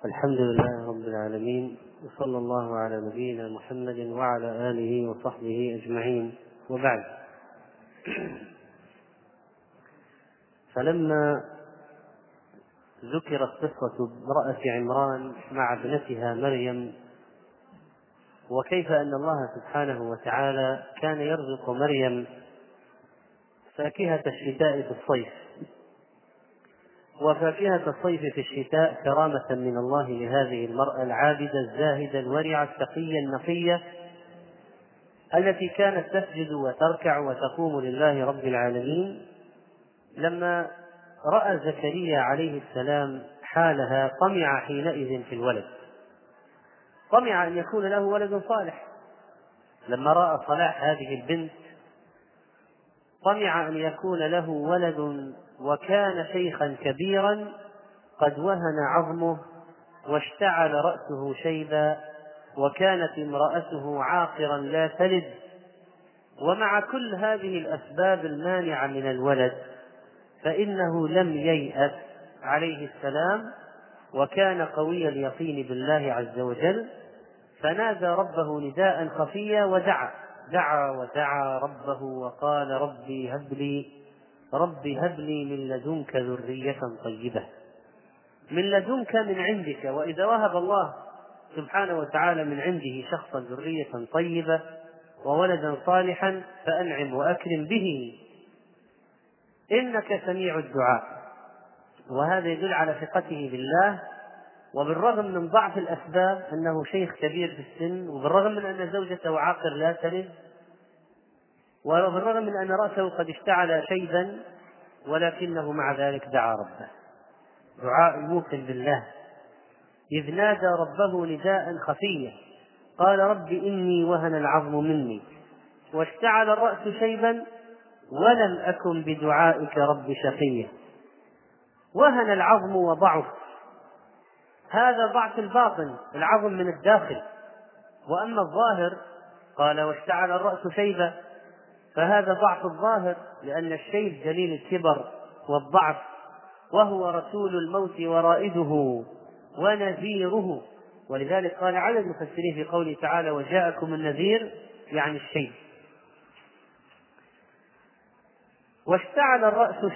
الحمد لله رب العالمين، وصلى الله على نبينا محمد وعلى آله وصحبه أجمعين، وبعد. فلما ذكرت قصة امرأة عمران مع ابنتها مريم، وكيف أن الله سبحانه وتعالى كان يرزق مريم فاكهة الشتاء في الصيف، وفاكهة الصيف في الشتاء كرامة من الله لهذه المرأة العابدة الزاهدة الورعة التقية النقية التي كانت تسجد وتركع وتقوم لله رب العالمين. لما رأى زكريا عليه السلام حالها طمع حينئذ في الولد، طمع أن يكون له ولد صالح. لما رأى صلاح هذه البنت طمع أن يكون له ولد، وكان شيخا كبيرا قد وهن عظمه واشتعل رأسه شيبا، وكانت امرأته عاقرا لا تلد. ومع كل هذه الأسباب المانعة من الولد فإنه لم ييأس عليه السلام، وكان قوي اليقين بالله عز وجل، فنادى ربه نداء خفيا ودعا ربه وقال ربي هب لي من لدنك ذرية طيبة، من لدنك من عندك. وإذا وهب الله سبحانه وتعالى من عنده شخصا ذرية طيبة وولدا صالحا فأنعم وأكرم به، إنك سميع الدعاء. وهذا يدل على ثقته بالله، وبالرغم من ضعف الأسباب أنه شيخ كبير في السن، وبالرغم من أن زوجته عاقر لا تلد، وبالرغم من أن رأسه قد اشتعل شيبا، ولكنه مع ذلك دعا ربه دعاء موقن بالله، إذ نادى ربه نداء خفيا قال رب إني وهن العظم مني واشتعل الرأس شيبا ولم أكن بدعائك رب شقيا. وهن العظم وضعف، هذا ضعف الباطن، العظم من الداخل. وأما الظاهر قال واشتعل الرأس شيبا، فهذا ضعف الظاهر، لأن الشيب دليل الكبر والضعف، وهو رسول الموت ورائده ونذيره. ولذلك قال على المفسرين في قوله تعالى وجاءكم النذير، يعني الشيب. واشتعل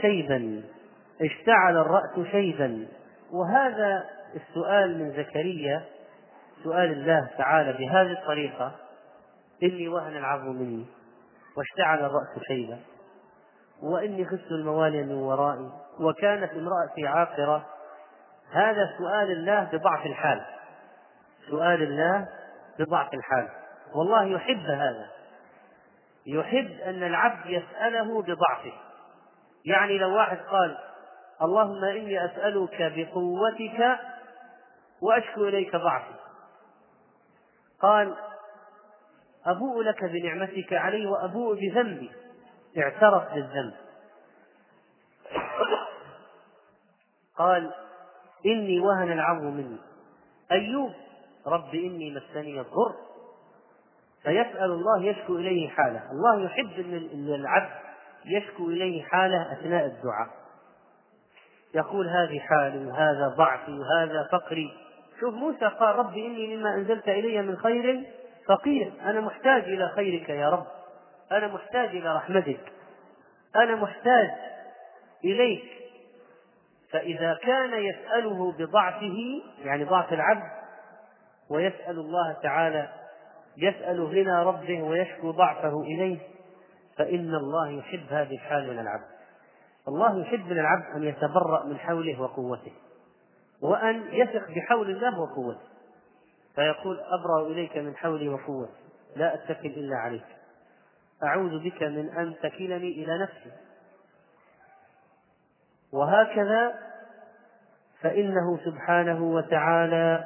الرأس شيبا. وهذا السؤال من زكريا، سؤال الله تعالى بهذه الطريقة، إني وهن العظم مني واشتعل الرأس شيبا وإني خفت الموالي من ورائي وكانت امرأتي عاقرة، هذا سؤال الله بضعف الحال، سؤال الله بضعف الحال. والله يحب هذا، يحب أن العبد يسأله بضعفه. يعني لو واحد قال اللهم إني أسألك بقوتك وأشكو إليك ضعفي، قال أبوء لك بنعمتك علي وأبوء بذنبي، اعترف بالذنب. قال إني وهن العظم مني. أيوب رب إني مسني الضر، فيسأل الله يشكو إليه حاله. الله يحب أن العبد يشكو إليه حاله أثناء الدعاء، يقول هذه حالي وهذا ضعفي وهذا فقري. شوف موسى قال رب إني لما أنزلت إلي من خير فقير، أنا محتاج إلى خيرك يا رب، أنا محتاج إلى رحمتك، أنا محتاج إليك. فإذا كان يسأله بضعفه، يعني ضعف العبد، ويسأل الله تعالى، يسأل غنى ربه ويشكو ضعفه إليه، فإن الله يحب هذه الحال من العبد. الله يحب من العبد أن يتبرأ من حوله وقوته، وأن يثق بحول الله وقوته، فيقول أبرأ إليك من حولي وقوتي، لا أتكل إلا عليك، أعوذ بك من أن تكلني إلى نفسي. وهكذا فإنه سبحانه وتعالى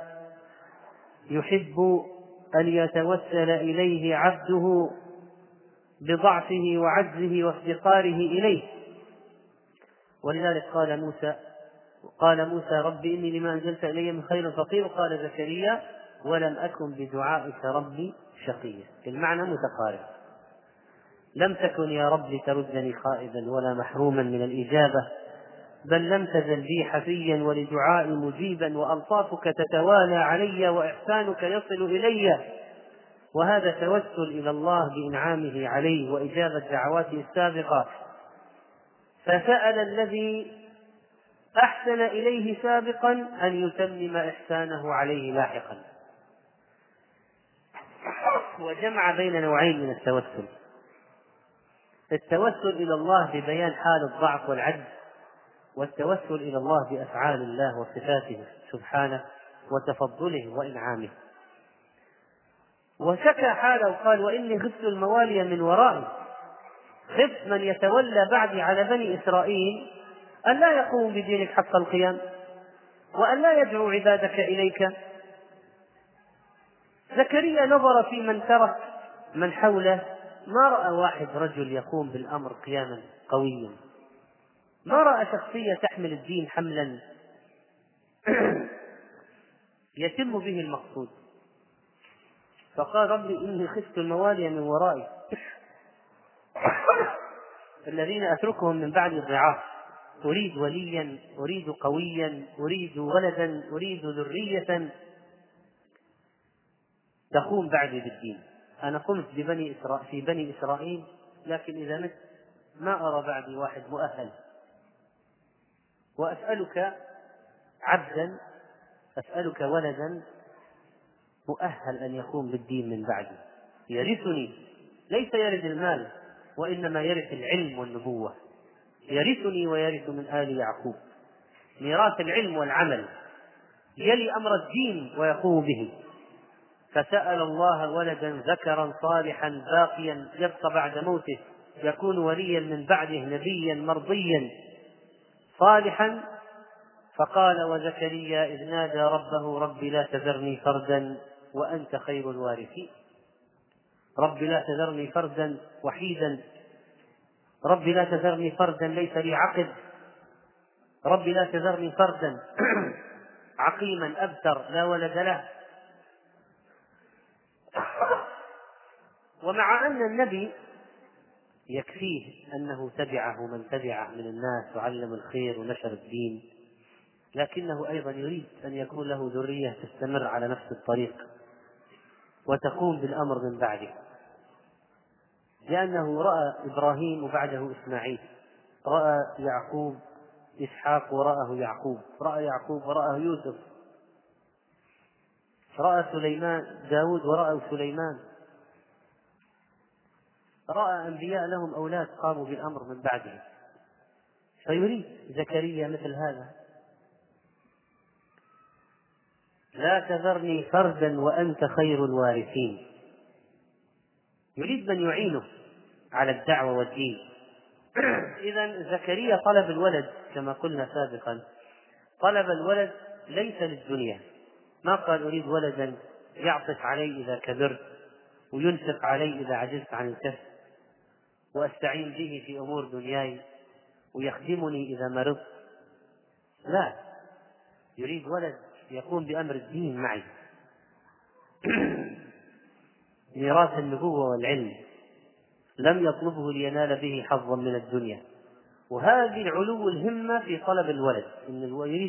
يحب أن يتوسل إليه عبده بضعفه وعجزه وافتقاره إليه. ولذلك قال موسى رب إني لما أنزلت إلي من خير فقير. قال زكريا ولم أكن بدعائك ربي شقيا، المعنى متقارب. لم تكن يا رب تردني خائبا ولا محروما من الإجابة، بل لم تزل بي حفيا ولدعائي مجيبا، وألطافك تتوالى علي وإحسانك يصل إلي. وهذا توسل إلى الله بإنعامه عليه وإجابة دعواته السابقة، فسأل الذي أحسن إليه سابقا أن يتمم إحسانه عليه لاحقا. وجمع بين نوعين من التوسل: التوسل إلى الله ببيان حال الضعف والعجز، والتوسل إلى الله بأفعال الله وصفاته سبحانه وتفضله وإنعامه. وشكى حاله وقال: وإني خفت الموالي من ورائي، خفت من يتولى بعدي على بني إسرائيل أن لا يقوم بدينك حق القيام، وأن لا يدعو عبادك إليك. زكريا نظر في من ترك من حوله، ما رأى واحد رجل يقوم بالأمر قياما قويا، ما رأى شخصية تحمل الدين حملا يتم به المقصود. فقال: ربي إني خفت الموالي من ورائي الذين أتركهم من بعد ضعاف، أريد وليا، أريد قويا، أريد ولدا، أريد ذرية تقوم بعدي بالدين. أنا قمت في بني إسرائيل، لكن إذا مت ما أرى بعدي واحد مؤهل، وأسألك عبدا، أسألك ولدا مؤهل أن يقوم بالدين من بعدي، يرثني، ليس يرث المال وإنما يرث العلم والنبوة، يرثني ويرث من آل يعقوب، ميراث العلم والعمل، يلي أمر الدين ويقوم به. فسأل الله ولدا ذكرا صالحا باقيا يبقى بعد موته، يكون وليا من بعده، نبيا مرضيا صالحا. فقال: وزكريا إذ نادى ربه رب لا تذرني فردا وأنت خير الوارثين. رب لا تذرني فردا وحيدا، رب لا تذرني فردا ليس لي عقد، رب لا تذرني فردا عقيما أبتر لا ولد له. ومع أن النبي يكفيه أنه تبعه من تبعه من الناس وعلم الخير ونشر الدين، لكنه أيضا يريد أن يكون له ذرية تستمر على نفس الطريق وتقوم بالأمر من بعده، لأنه رأى إبراهيم وبعده إسماعيل، رأى يعقوب إسحاق ورآه يعقوب، رأى يعقوب ورآه يوسف، رأى سليمان داود ورأى سليمان، رأى أنبياء لهم أولاد قاموا بالأمر من بعدهم، فيريد زكريا مثل هذا: لا تذرني فردا وأنت خير الوارثين. يريد من يعينه على الدعوة والدين. إذن زكريا طلب الولد كما قلنا سابقا، طلب الولد ليس للدنيا، ما قال أريد ولدا يعطف علي إذا كبرت وينفق علي إذا عجزت عن الكسب وأستعين به في أمور دنياي ويخدمني إذا مرضت، لا، يريد ولد يقوم بأمر الدين معي ميراث النبوة والعلم، لم يطلبه لينال به حظا من الدنيا. وهذه العلو الهمة في طلب الولد، إن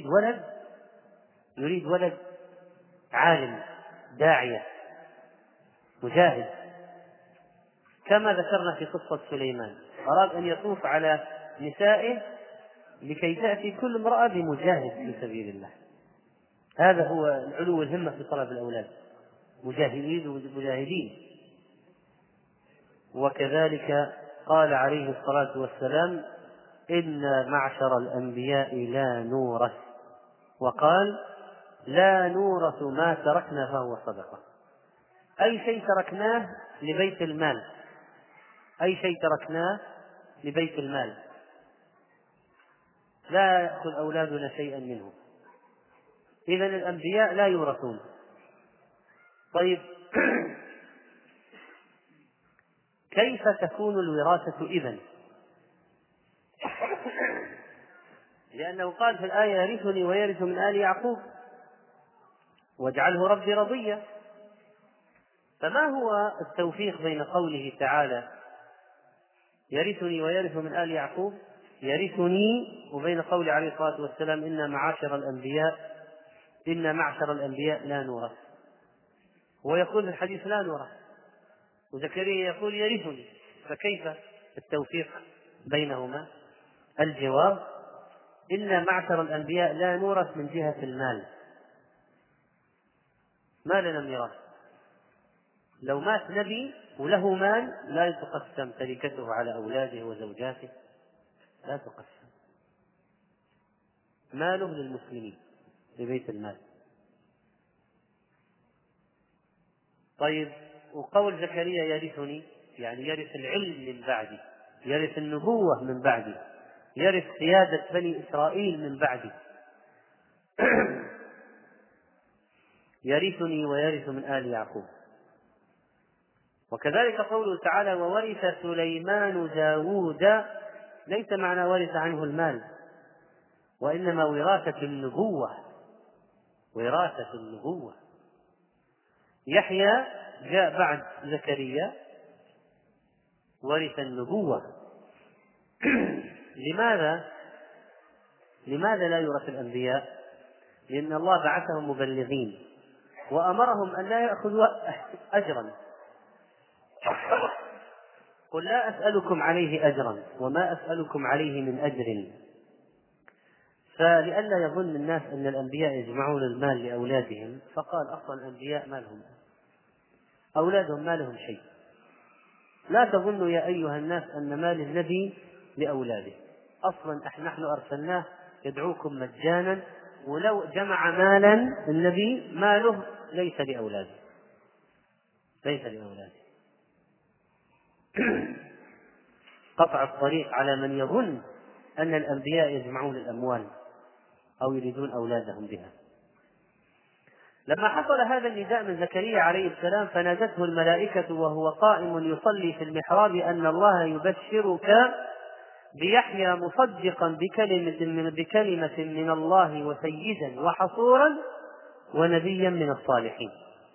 يريد ولد عالم داعية مجاهد، كما ذكرنا في قصة سليمان، أراد أن يطوف على نسائه لكي تأتي كل امرأة بمجاهد في سبيل الله. هذا هو العلو الهمة في طلب الأولاد، مجاهدين. وكذلك قال عليه الصلاة والسلام: إن معشر الأنبياء لا نورث، وقال: لا نورث ما تركنا فهو صدقة. أي شيء تركناه لبيت المال، أي شيء تركناه لبيت المال، لا يأخذ أولادنا شيئا منه. إذن الأنبياء لا يورثون. طيب كيف تكون الوراثة إذن؟ لأنه قال في الآية: يرثني ويرث من آل يعقوب واجعله ربي رضيا. فما هو التوفيق بين قوله تعالى: يرثني ويرث من آل يعقوب، يرثني وبين قول عليه الصلاة والسلام إن معشر الأنبياء لا نورث. هو يقول في الحديث لا نورث، وزكريا يقول يرثني، فكيف التوفيق بينهما؟ الجواب: إن معشر الأنبياء لا نورث من جهة المال، ما لنا ميراث. لو مات نبي وله مال لا تقسم تركته على أولاده وزوجاته، لا تقسم، ماله للمسلمين في بيت المال. طيب، وقول زكريا يرثني يعني يرث العلم من بعدي، يرث النبوة من بعدي، يرث قيادة بني إسرائيل من بعدي. يرثني ويرث من آل يعقوب. وكذلك قوله تعالى: وورث سليمان داود، ليس معنى ورث عنه المال، وإنما وراثة النبوة، وراثة النبوة. يحيى جاء بعد زكريا ورث النبوة. لماذا لا يورث الأنبياء؟ لأن الله بعثهم مبلغين وأمرهم أن لا يأخذوا أجرا. قل لا أسألكم عليه أجرا وما أسألكم عليه من أجر. فلئلا يظن الناس أن الأنبياء يجمعون المال لأولادهم، فقال أصلا الأنبياء ما لهم، أولادهم ما لهم شيء. لا تظنوا يا أيها الناس أن مال النبي لأولاده، أصلا نحن أرسلناه يدعوكم مجانا، ولو جمع مالا النبي ماله ليس لأولاده، ليس لأولاده. قطع الطريق على من يظن أن الأنبياء يجمعون الأموال أو يريدون أولادهم بها. لما حصل هذا النداء من زكريا عليه السلام فنادته الملائكة وهو قائم يصلي في المحراب أن الله يبشرك بيحيى مصدقا بكلمة من الله وسيدا وحصورا ونبيا من الصالحين.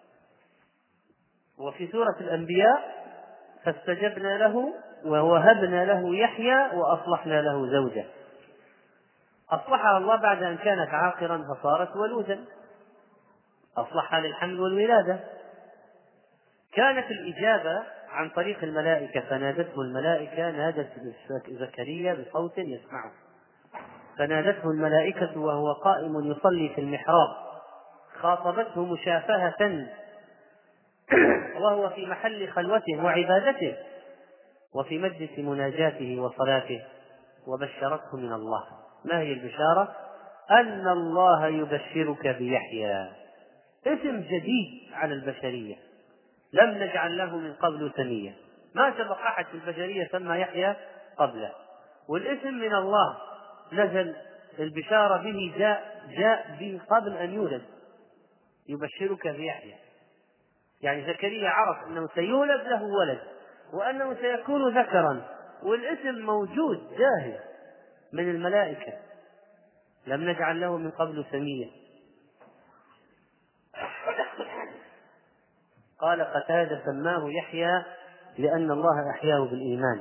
وفي سورة الأنبياء: فاستجبنا له ووهبنا له يحيى وأصلحنا له زوجه. أصلحها الله بعد أن كانت عاقرا فصارت ولودا، أصلحها للحمل والولادة. كانت الإجابة عن طريق الملائكة، فنادته الملائكة، نادت زكريا بصوت يسمعه، فنادته الملائكة وهو قائم يصلي في المحراب، خاطبته مشافهة وهو في محل خلوته وعبادته وفي مجلس مناجاته وصلاته، وبشرته من الله. ما هي البشارة؟ أن الله يبشرك بيحيى، اسم جديد على البشرية، لم نجعل له من قبل سميا، ما سبق أحد في البشرية سمى يحيى قبله، والاسم من الله نزل، البشارة به جاء به قبل أن يولد، يبشرك بيحيى. يعني زكريا عرف أنه سيولد له ولد وأنه سيكون ذكرا، والاسم موجود جاهز من الملائكة، لم نجعل له من قبل سميا. قال قتادة: سماه يحيى لأن الله أحياه بالإيمان،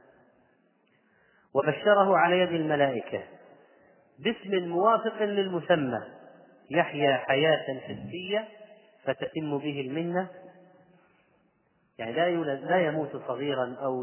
وبشره على يد الملائكة باسم موافق للمسمى، يحيى حياة حسية فتتم به المنة، يعني لا يموت صغيرا أو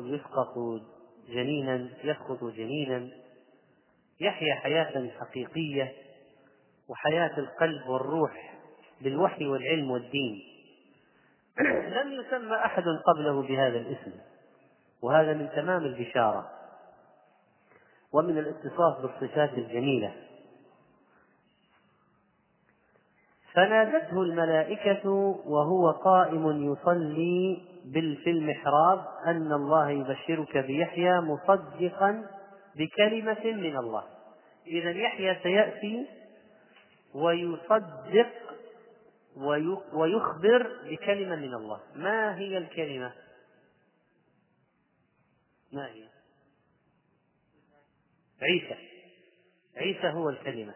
يسقط جنينا، يحيى حياة حقيقية وحياة القلب والروح بالوحي والعلم والدين. لم يسمى أحد قبله بهذا الاسم، وهذا من تمام البشارة ومن الاتصاف بالصفات الجميلة. فنادته الملائكة وهو قائم يصلي في المحراب أن الله يبشرك بيحيى مصدقا بكلمة من الله. إذن يحيى سيأتي ويصدق ويخبر بكلمة من الله. ما هي الكلمة؟ ما هي؟ عيسى هو الكلمة.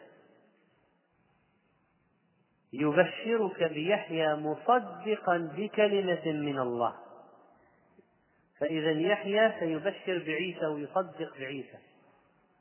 يبشرك بيحيى مصدقا بكلمة من الله، فإذا يحيى سيبشر بعيسى ويصدق بعيسى.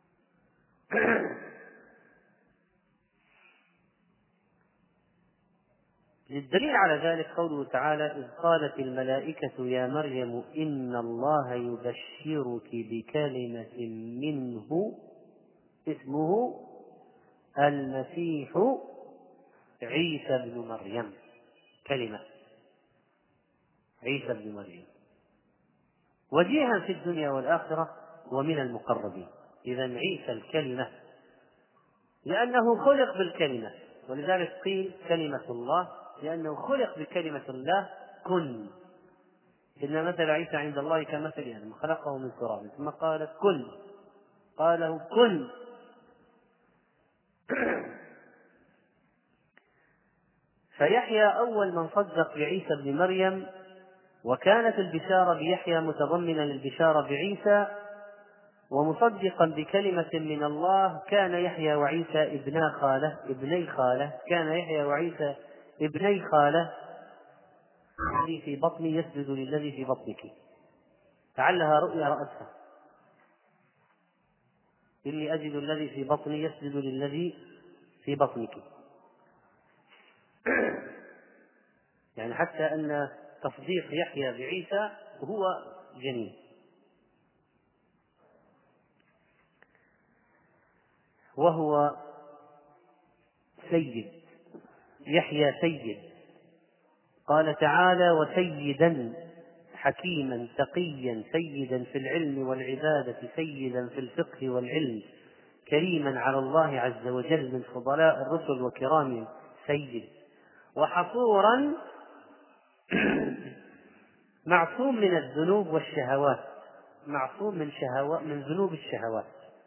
للدليل على ذلك قوله تعالى: إذ قالت الملائكة يا مريم إن الله يبشرك بكلمة منه اسمه المسيح عيسى بن مريم. كلمة عيسى بن مريم وجيها في الدنيا والآخرة ومن المقربين. إذن عيسى الكلمة، لأنه خلق بالكلمة، ولذلك قيل كلمة الله، لأنه خلق بكلمة الله كن. إن مثل عيسى عند الله كمثل آدم خلقه من تراب ثم قال كن، قاله كن. فيحيى أول من صدق بعيسى بن مريم، وكانت البشارة بيحيى متضمنة للبشارة بعيسى ومصدقا بكلمة من الله. كان يحيى وعيسى ابني خالة، كان يحيى وعيسى ابني خالة. الذي في بطني يسجد للذي في بطنك، لعلها رؤيا رأتها، إني أجد الذي في بطني يسجد للذي في بطنك. يعني حتى أن تصديق يحيى بعيسى هو جنين. وهو سيد، يحيى سيد. قال تعالى: وسيدا حكيما تقيا سيدا في العلم والعبادة سيدا في الفقه والعلم كريما على الله عز وجل من فضلاء الرسل وكرام سيد. وحصورا معصوم من الذنوب والشهوات، معصوم من ذنوب الشهوات.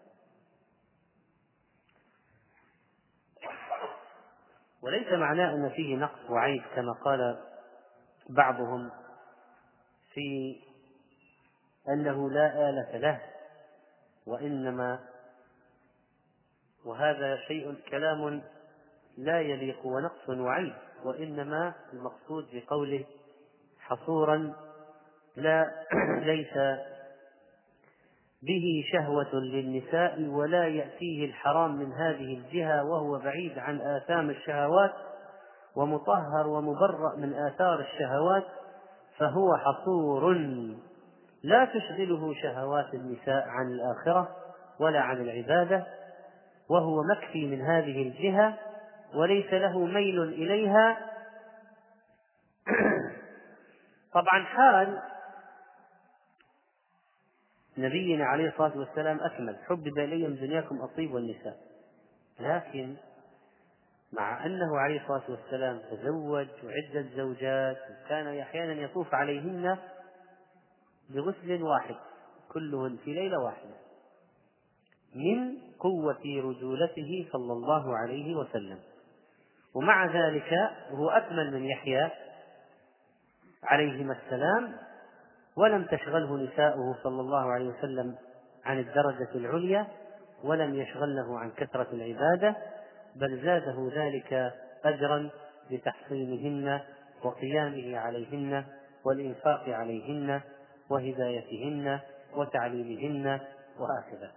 وليس معناه أن فيه نقص وعيب كما قال بعضهم في أنه لا آلة له، وإنما وهذا شيء كلام لا يليق ونقص وعيب، وإنما المقصود بقوله حصورا ليس به شهوة للنساء ولا يأتيه الحرام من هذه الجهة، وهو بعيد عن آثام الشهوات ومطهر ومبرأ من آثار الشهوات، فهو حصور لا تشغله شهوات النساء عن الآخرة ولا عن العبادة، وهو مكفي من هذه الجهة وليس له ميل إليها. طبعا حال نبينا عليه الصلاة والسلام أكمل: حبب إلي من دنياكم الطيب والنساء. لكن مع أنه عليه الصلاة والسلام تزوج وعدة زوجات، كان أحيانا يطوف عليهن بغسل واحد كلهن في ليلة واحدة من قوة رجولته صلى الله عليه وسلم. ومع ذلك هو أكمل من يحيى عليهما السلام، ولم تشغله نساؤه صلى الله عليه وسلم عن الدرجة العليا، ولم يشغله عن كثرة العبادة، بل زاده ذلك أجرا لتحصينهن وقيامه عليهن والإنفاق عليهن وهدايتهن وتعليمهن وهكذا.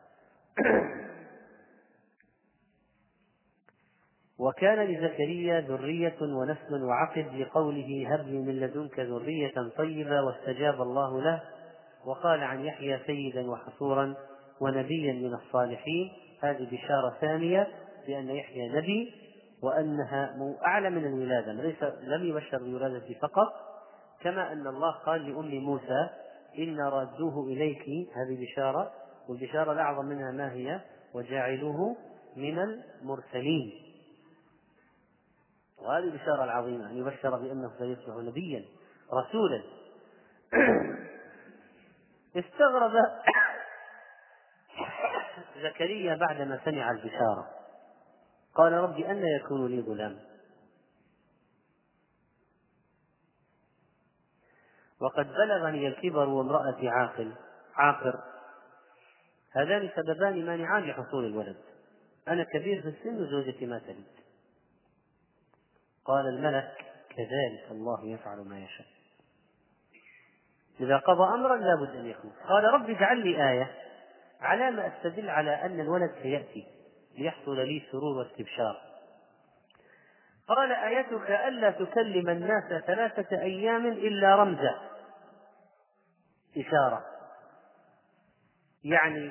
وكان لزكريا ذرية ونسل وعقد، لقوله: هب لي من لدنك ذرية طيبة، واستجاب الله له. وقال عن يحيى: سيدا وحصورا ونبيا من الصالحين. هذه بشارة ثانية بأن يحيى نبي، وأنها أعلى من الولادة، لم يبشر بالولادة فقط، كما أن الله قال لأم موسى: إن رادوه إليك. هذه بشارة، والبشارة الأعظم منها ما هي؟ وجعلوه من المرسلين. وهذه البشارة العظيمة أن يبشر بأنه سيصبح نبيا رسولا. استغرب زكريا بعدما سمع البشارة، قال: رب أن يكون لي غلام وقد بلغني الكبر وامرأتي عاقر، هذان سببان مانعان لحصول الولد، أنا كبير في السن وزوجتي ما تلد. قال الملك: كذلك الله يفعل ما يشاء، إذا قضى أمرا لا بد أن يكون. قال: رب اجعل لي آية على ما أستدل على أن الولد سيأتي ليحصل لي سرور واستبشار. قال آيتك ألا تكلم الناس 3 أيام إلا رمزا، إشارة، يعني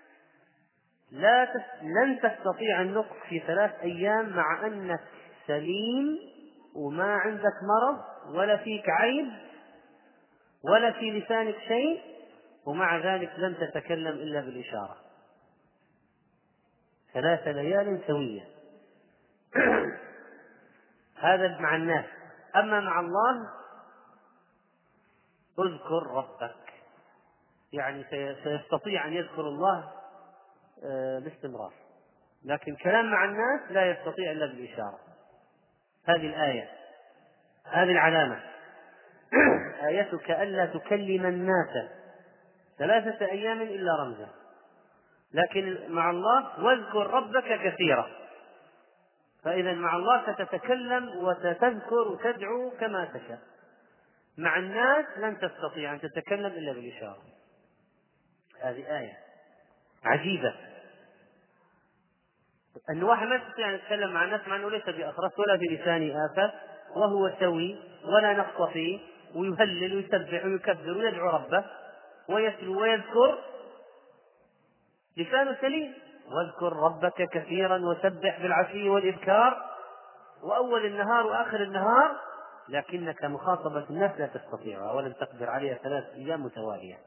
لن تستطيع النطق في 3 أيام مع أنك سليم وما عندك مرض ولا فيك عيب ولا في لسانك شيء، ومع ذلك لن تتكلم إلا بالإشارة 3 ليال سوية. هذا مع الناس. أما مع الله اذكر ربك، يعني سيستطيع أن يذكر الله باستمرار، لكن كلام مع الناس لا يستطيع إلا بالإشارة. هذه الآية، هذه العلامة. آيتك ألا تكلم الناس 3 أيام إلا رمزا. لكن مع الله واذكر ربك كثيرا، فإذا مع الله ستتكلم وستذكر وتدعو كما تشاء. مع الناس لن تستطيع أن تتكلم إلا بالإشارة. هذه آية عجيبة، أن واحد ما يستطيع أن يتكلم مع الناس مع أنه ليس بأخرس ولا بلسان آفة وهو سوي ولا نقص فيه، ويهلل ويسبح ويكبر ويدعو ربه ويتلو ويذكر، لسانه سليم. واذكر ربك كثيرا وسبح بالعشي والإبكار وأول النهار وآخر النهار، لكنك مخاطبة الناس لا تستطيعها ولن تقدر عليها 3 أيام متوالية.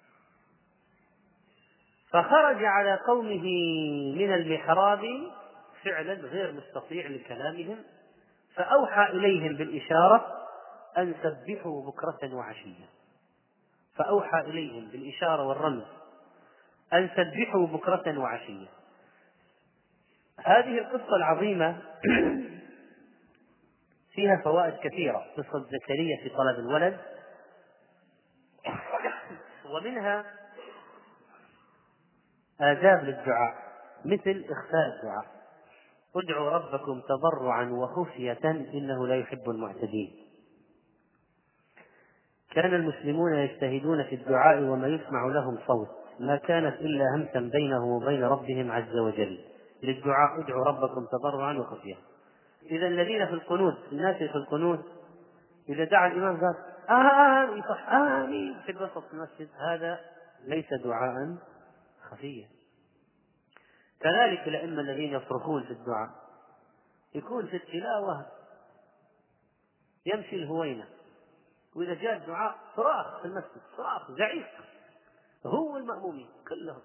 فخرج على قومه من المحراب فعلا غير مستطيع لكلامهم، فأوحى إليهم بالإشارة أن سبحوا بكرة وعشية. فأوحى إليهم بالإشارة والرمز أن سبحوا بكرة وعشية. هذه القصة العظيمة فيها فوائد كثيرة، قصة زكريا في طلب الولد، ومنها آداب للدعاء مثل إخفاء الدعاء. ادعوا ربكم تضرعا وخفية إنه لا يحب المعتدين. كان المسلمون يجتهدون في الدعاء وما يسمع لهم صوت، ما كانت إلا همسا بينهم وبين ربهم عز وجل. للدعاء ادعوا ربكم تضرعا وخفية. إذا الذين في القنوت، الناس في القنوت إذا دعا الإمام قال آمين صح آمين في الوسط المسجد، هذا ليس دعاء خفيا. كذلك الأئمة الذين يصرخون في الدعاء، يكون في التلاوة يمشي الهوينة، وإذا جاء الدعاء صراخ في المسجد، صراخ زعيق، هو المأمومين كلهم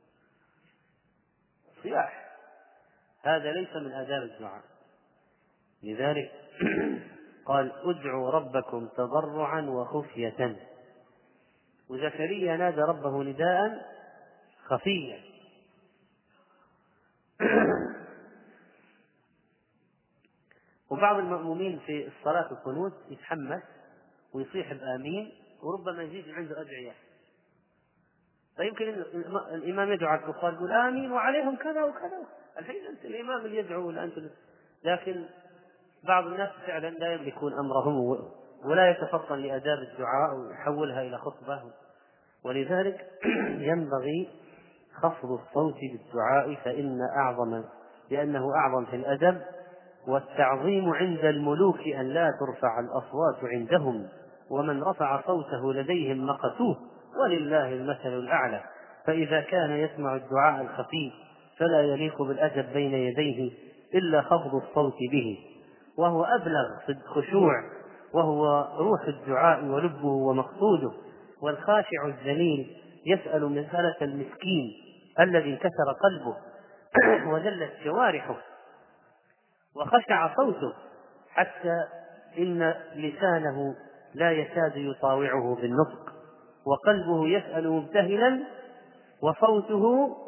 صياح. هذا ليس من آداب الدعاء. لذلك قال ادعوا ربكم تضرعا وخفية. وزكريا نادى ربه نداء خفيا. وبعض المأمومين في الصلاة القنوت يتحمس ويصيح بآمين، وربما يزيد عنده أدعية، فيمكن الإمام يدعو على الكفار يقول آمين وعليهم كذا وكذا، الحين أنت الإمام اللي يدعو ولا أنت. لكن بعض الناس فعلا لا يملكون أمرهم ولا يتفطن لآداب الدعاء ويحولها إلى خطبة، ولذلك ينبغي خفض الصوت بالدعاء لأنه أعظم في الأدب. والتعظيم عند الملوك أن لا ترفع الأصوات عندهم، ومن رفع صوته لديهم مقتوه، ولله المثل الأعلى. فإذا كان يسمع الدعاء الخفي فلا يليق بالأدب بين يديه إلا خفض الصوت به، وهو أبلغ في الخشوع، وهو روح الدعاء ولبه ومقصوده. والخاشع الذليل يسأل مسألة المسكين الذي انكسر قلبه وذلت جوارحه وخشع صوته حتى إن لسانه لا يكاد يطاوعه بالنطق، وقلبه يسأل مبتهلا وصوته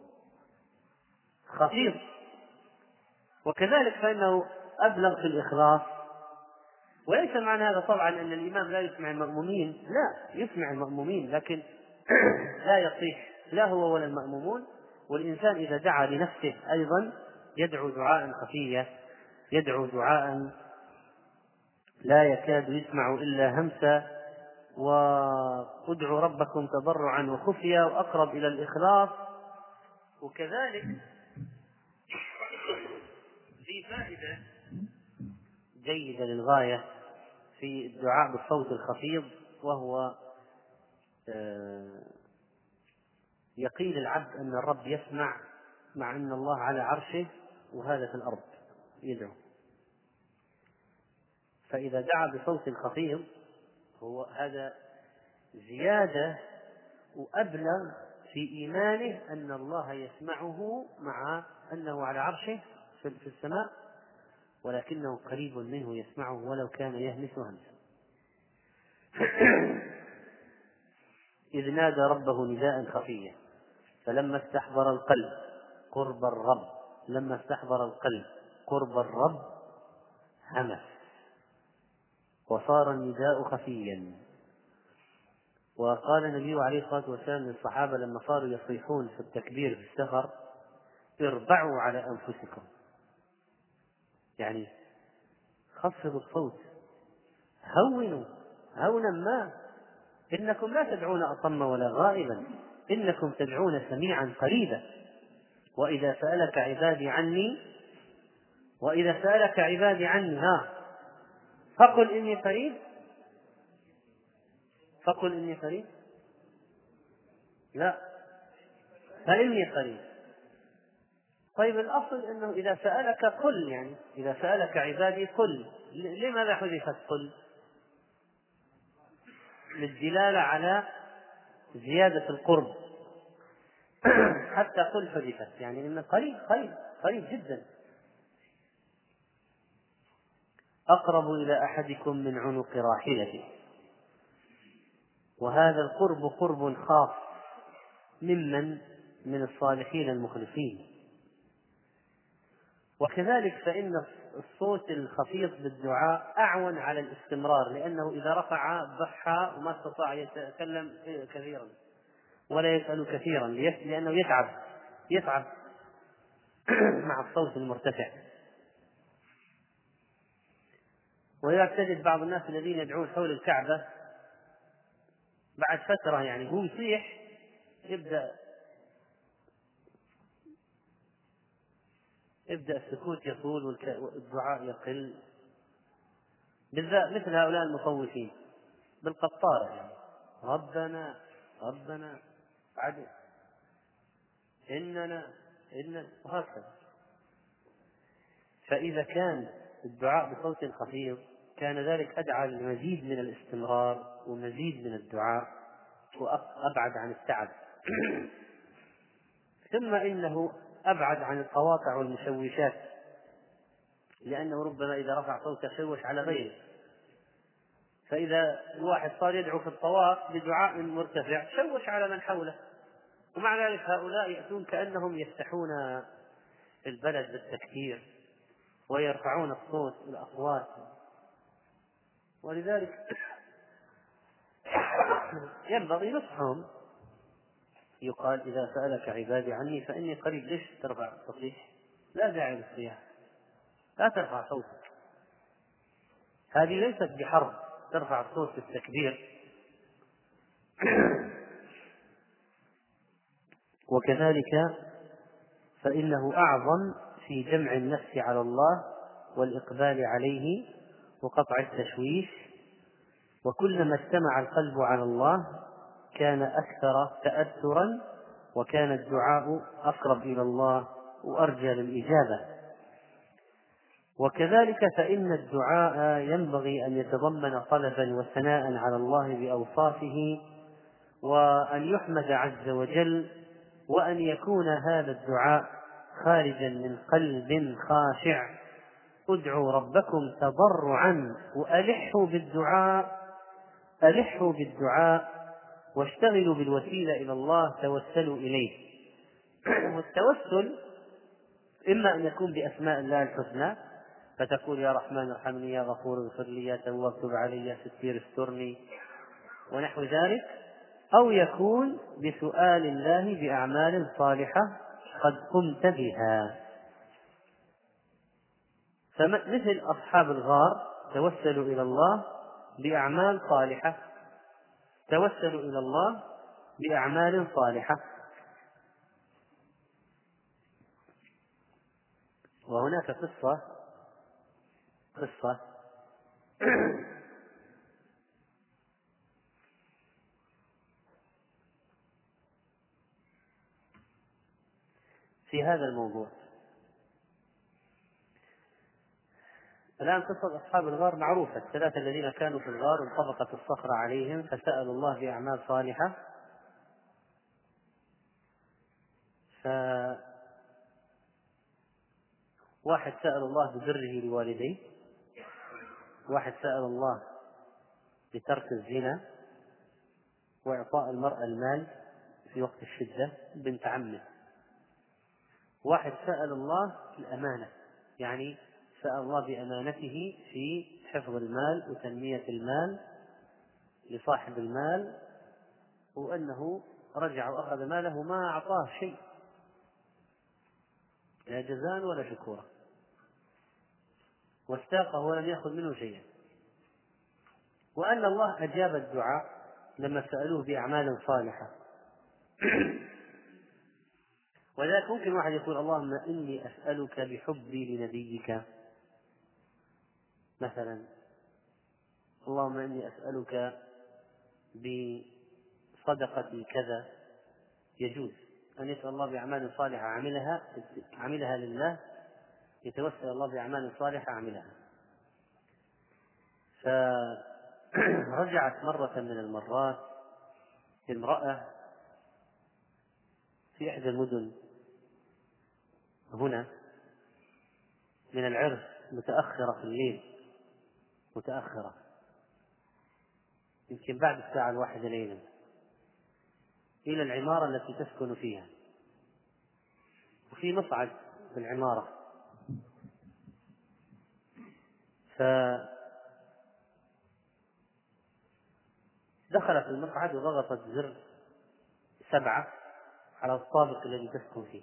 خفيف. وكذلك فإنه أبلغ في الإخلاص. وليس معنى هذا طبعا أن الإمام لا يسمع المأمومين، لا، يسمع المأمومين، لكن لا يصيح لا هو ولا المأمومون. والإنسان إذا دعا لنفسه أيضا يدعو دعاء خفيا، يدعو دعاء لا يكاد يسمع إلا همسا وادعوا ربكم تضرعا وخفيا وأقرب إلى الإخلاص. وكذلك في فائدة جيدة للغاية في الدعاء بالصوت الخفيض، وهو يقين العبد أن الرب يسمع مع أن الله على عرشه وهذا في الأرض يدعو. فإذا دعا بصوت خفيض هو هذا زيادة وأبلغ في إيمانه أن الله يسمعه مع أنه على عرشه في السماء، ولكنه قريب منه يسمعه ولو كان يهمس همسا. إذ نادى ربه نداء خفيا فلما استحضر القلب قرب الرب همس وصار النداء خفيا. وقال النبي عليه الصلاة والسلام للصحابة لما صاروا يصيحون في التكبير في السفر: اربعوا على أنفسكم، يعني خفضوا الصوت، هونوا هونا ما، إنكم لا تدعون أصم ولا غائبا، إنكم تدعون سميعا قريبا. وإذا سألك عبادي عني فقل إني قريب لا فإني قريب. طيب الأصل أنه إذا سألك قل، يعني إذا سألك عبادي قل، لماذا حذفت قل؟ للدلالة على زيادة القرب. حتى قل حذفت، يعني إن قريب جدا. أقرب إلى أحدكم من عنق راحلته، وهذا القرب قرب خاص من الصالحين المخلصين. وكذلك فإن الصوت الخفيض بالدعاء أعون على الاستمرار، لأنه إذا رفع ضحى وما استطاع يتكلم كثيرا ولا يسأل كثيرا، لأنه يتعب مع الصوت المرتفع. وإذا تجد بعض الناس الذين يدعون حول الكعبة بعد فترة، يعني هو يصيح يبدأ السكوت يطول والدعاء يقل، بالذات مثل هؤلاء المطوفين بالقطارة، يعني ربنا عدل إننا وهكذا. فإذا كان الدعاء بصوت خفيض كان ذلك أدعى لمزيد من الاستمرار ومزيد من الدعاء وأبعد عن التعب. ثم إنه أبعد عن القواطع والمشوشات، لأنه ربما إذا رفع صوته شوش على غيره. فإذا الواحد صار يدعو في الطواف بدعاء مرتفع شوش على من حوله، ومع ذلك هؤلاء يأتون كأنهم يفتحون البلد بالتكبير ويرفعون الصوت الأصوات. ولذلك ينبغي نصحهم. يقال إذا سألك عبادي عني فإني قريب، ليش ترفع التصريح؟ لا داعي للصياح، لا ترفع صوتك، هذه ليست بحرب ترفع الصوت في التكبير. وكذلك فإنه أعظم في جمع النفس على الله والإقبال عليه وقطع التشويش. وكلما اجتمع القلب على الله كان أكثر تأثرا، وكان الدعاء أقرب إلى الله وأرجى للإجابة. وكذلك فإن الدعاء ينبغي أن يتضمن طلبا وثناء على الله بأوصافه، وأن يحمد عز وجل، وأن يكون هذا الدعاء خارجا من قلب خاشع. ادعوا ربكم تضرعا وألحوا بالدعاء واشتغلوا بالوسيلة إلى الله، توسلوا إليه. والتوسل إما أن يكون بأسماء الله الحسنى، فتقول يا رحمن ارحمني، يا غفور اغفر لي، يا تواب تب علي، يا ستير استرني، ونحو ذلك، أو يكون بسؤال الله بأعمال صالحة قد قمت بها. فمثل أصحاب الغار توسلوا إلى الله بأعمال صالحة، توسلوا إلى الله بأعمال صالحة. وهناك قصة في هذا الموضوع. الآن قصة أصحاب الغار معروفة، الثلاثة الذين كانوا في الغار انطبقت الصخرة عليهم فسألوا الله بأعمال صالحة، فواحد سأل الله ببره لوالديه، واحد سأل الله بترك الزنا وإعطاء المرأة المال في وقت الشدة بنت عمه، واحد سأل الله الأمانة، يعني سأل الله بأمانته في حفظ المال وتنمية المال لصاحب المال، وأنه رجع وأخذ ماله ما أعطاه شيء لا جزاء ولا شكورا، واستاقه ولم يأخذ منه شيئا، وأن الله أجاب الدعاء لما سألوه بأعمال صالحة. ولذلك ممكن واحد يقول اللهم إني أسألك بحبي لنبيك مثلا، اللهم إني أسألك بصدقة كذا، يجوز أن يسأل الله بأعمال صالحة عملها لله، يتوسل الله بأعمال صالحة عملها. فرجعت مرة من المرات امرأة في إحدى المدن هنا من العرس متأخرة في الليل، متأخرة يمكن بعد الساعة 1 ليلا، إلى العمارة التي تسكن فيها، وفي مصعد في العمارة، فدخلت المصعد وضغطت زر 7 على الطابق الذي تسكن فيه،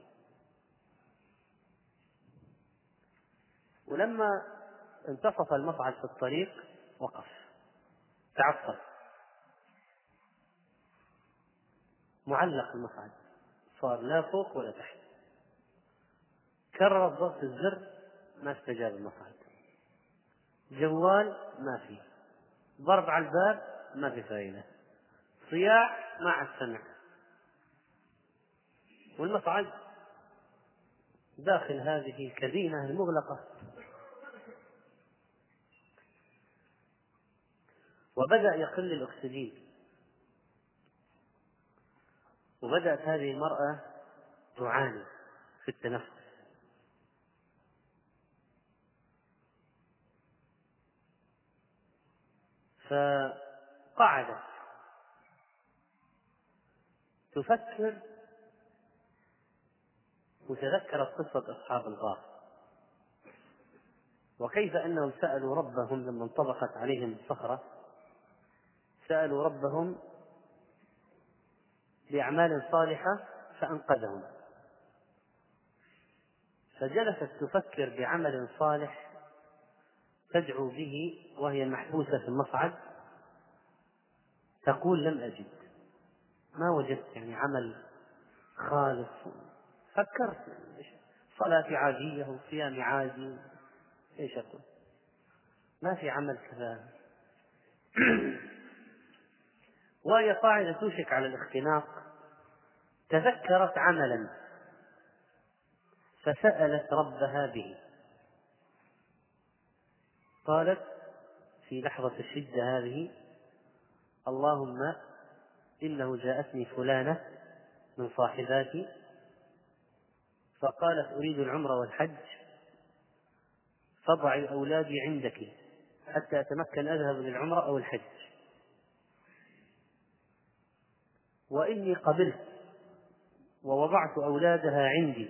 ولما انتصف المصعد في الطريق وقف، تعطل، معلق المصعد، صار لا فوق ولا تحت، كرر ضغط الزر ما استجاب المصعد، جوال ما فيه، ضرب على الباب ما في فائدة، صياح ما عاد سمع، والمصعد داخل هذه الكابينة المغلقة. وبدأ يقل الأكسجين، وبدأت هذه المرأة تعاني في التنفس، فقعدت تفكر وتذكرت قصة أصحاب الغار، وكيف أنهم سألوا ربهم لما انطبقت عليهم الصخرة، سألوا ربهم بأعمال صالحة فأنقذهم، فجلست تفكر بعمل صالح تدعو به وهي محبوسة في المصعد، تقول لم أجد، ما وجدت يعني عمل خالص، فكرت صلاة عادية وصيام عادي، ايش أقول، ما في عمل كذا. وهي قاعدة توشك على الاختناق تذكرت عملا فسألت ربها به، قالت في لحظة الشدة هذه اللهم إنه جاءتني فلانة من صاحباتي فقالت أريد العمرة والحج فاضعي أولادي عندك حتى أتمكن أذهب للعمرة أو الحج، وإني قبلت ووضعت أولادها عندي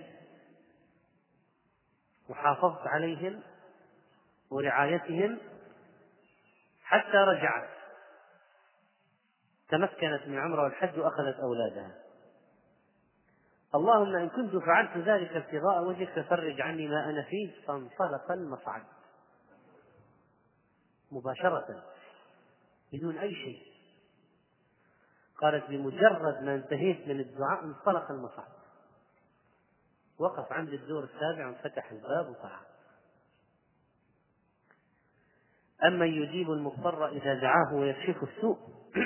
وحافظت عليهم ورعايتهم حتى رجعت تمكنت من العمرة والحج وأخذت أولادها، اللهم إن كنت فعلت ذلك ابتغاء وجهك ففرج عني ما أنا فيه. فانطلق المصعد مباشرة بدون أي شيء، قالت بمجرد ما انتهيت من الدعاء انطلق المصعد، وقف عند الدور السابع وانفتح الباب وصعد. أما يجيب المضطر إذا دعاه ويكشف السوء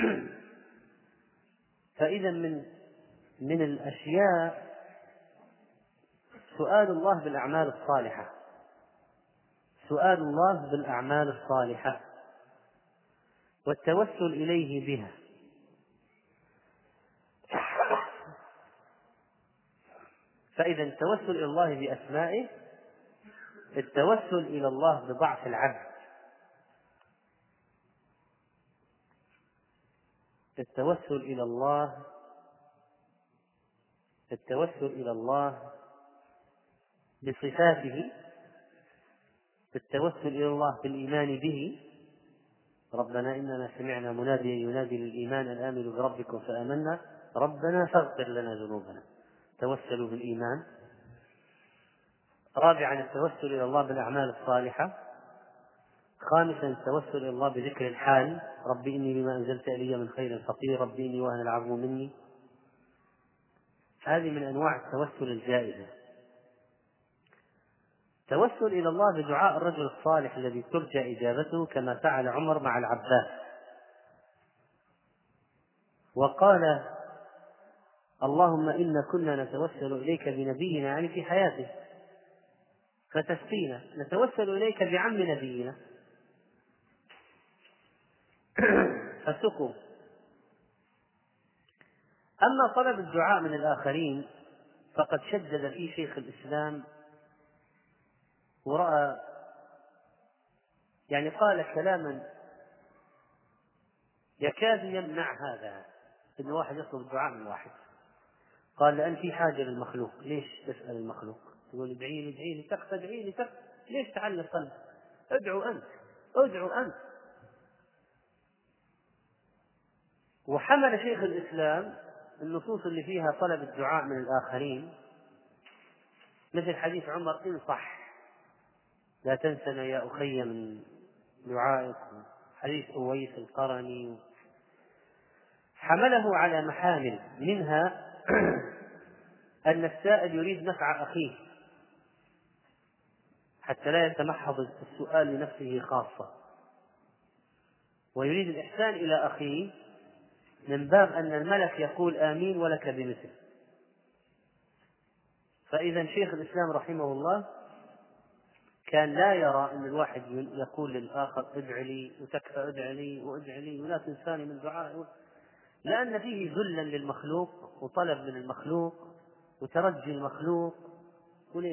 فإذا من الأشياء سؤال الله بالأعمال الصالحة، سؤال الله بالأعمال الصالحة والتوسل إليه بها. فإذا التوسل إلى الله بأسمائه، التوسل إلى الله بضعف العبد، التوسل إلى الله بصفاته، التوسل إلى الله بالإيمان به. ربنا إننا سمعنا مناديا ينادي للإيمان أن آمنوا بربكم فآمنا ربنا فاغفر لنا ذنوبنا، توسلوا بالإيمان. رابعا التوسل إلى الله بالأعمال الصالحة. خامسا التوسل إلى الله بذكر الحال، ربي إني بما أنزلت إلي من خير فقير، ربي إني وهن العظم مني. هذه من أنواع التوسل الجائزة. توسل إلى الله بدعاء الرجل الصالح الذي ترجى إجابته، كما فعل عمر مع العباس وقال اللهم إنا كنا نتوسل إليك بنبينا، يعني في حياته، فتسقينا، نتوسل إليك بعم نبينا فسقوا. أما طلب الدعاء من الآخرين فقد شدد فيه شيخ الإسلام، ورأى يعني قال كلاما يكاد يمنع هذا، إن واحد يطلب الدعاء من واحد. قال لأن في حاجة للمخلوق، ليش تسأل المخلوق؟ تقول ادعي لي ادعي لي تكفى، ادعي لي تكفى، ليش تعلق قلبك؟ ادعو أنت، ادعو أنت. وحمل شيخ الإسلام النصوص اللي فيها طلب الدعاء من الآخرين، مثل حديث عمر انصح لا تنسنا يا أخي من دعائك، حديث أويس القرني. حمله على محامل، منها أن السائل يريد نفع أخيه حتى لا يتمحض السؤال لنفسه خاصة، ويريد الإحسان إلى أخيه من باب أن الملك يقول آمين ولك بمثل. فإذا شيخ الإسلام رحمه الله كان لا يرى أن الواحد يقول للآخر ادع لي وتكفى، ادع لي وادع لي ولا تنساني من دعائي، لأن فيه ذلا للمخلوق وطلب من المخلوق وترجي المخلوق وليه.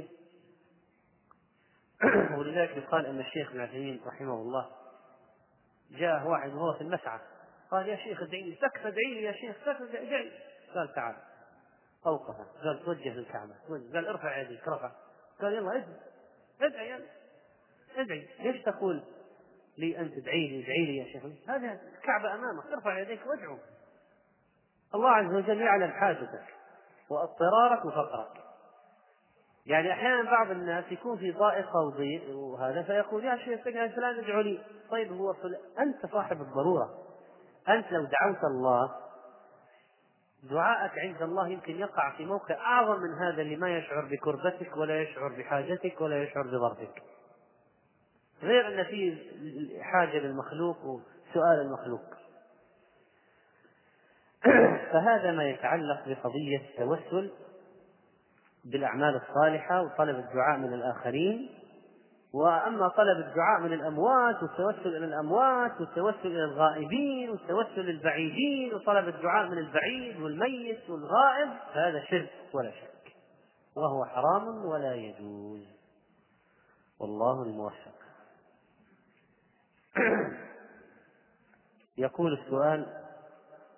ولذلك يقال أن الشيخ ابن عثيمين رحمه الله جاء واحد وهو في المسعى قال يا شيخ ادعي لي، تكفى ادعي لي يا شيخ، تكفى ادعي. قال تعال، أوقفه، قال توجه للكعبة، قال ارفع يديك، رفع، قال يلا ادعي، ادعي يلا ادعي، ليش تقول لي أنت ادعي لي ادعي لي يا شيخ؟ هذا الكعبة أمامك، ارفع يديك وادعو. الله عز وجل يعلم حاجتك واضطرارك وفقرك. يعني أحيانا بعض الناس يكون في ضائقة وضيق وهذا فيقول يا شيخ فلان ادعو لي. طيب هو أنت صاحب الضرورة، أنت لو دعوت الله دعاءك عند الله يمكن يقع في موقع أعظم من هذا اللي ما يشعر بكربتك ولا يشعر بحاجتك ولا يشعر بضربك، غير أن فيه حاجة للمخلوق وسؤال المخلوق. فهذا ما يتعلق بقضية التوسل بالأعمال الصالحة وطلب الدعاء من الآخرين. وأما طلب الدعاء من الأموات والتوسل إلى الأموات والتوسل إلى الغائبين والتوسل البعيدين وطلب الدعاء من البعيد والميت والغائب، فهذا شرك ولا شك، وهو حرام ولا يجوز، والله الموفق. يقول السؤال: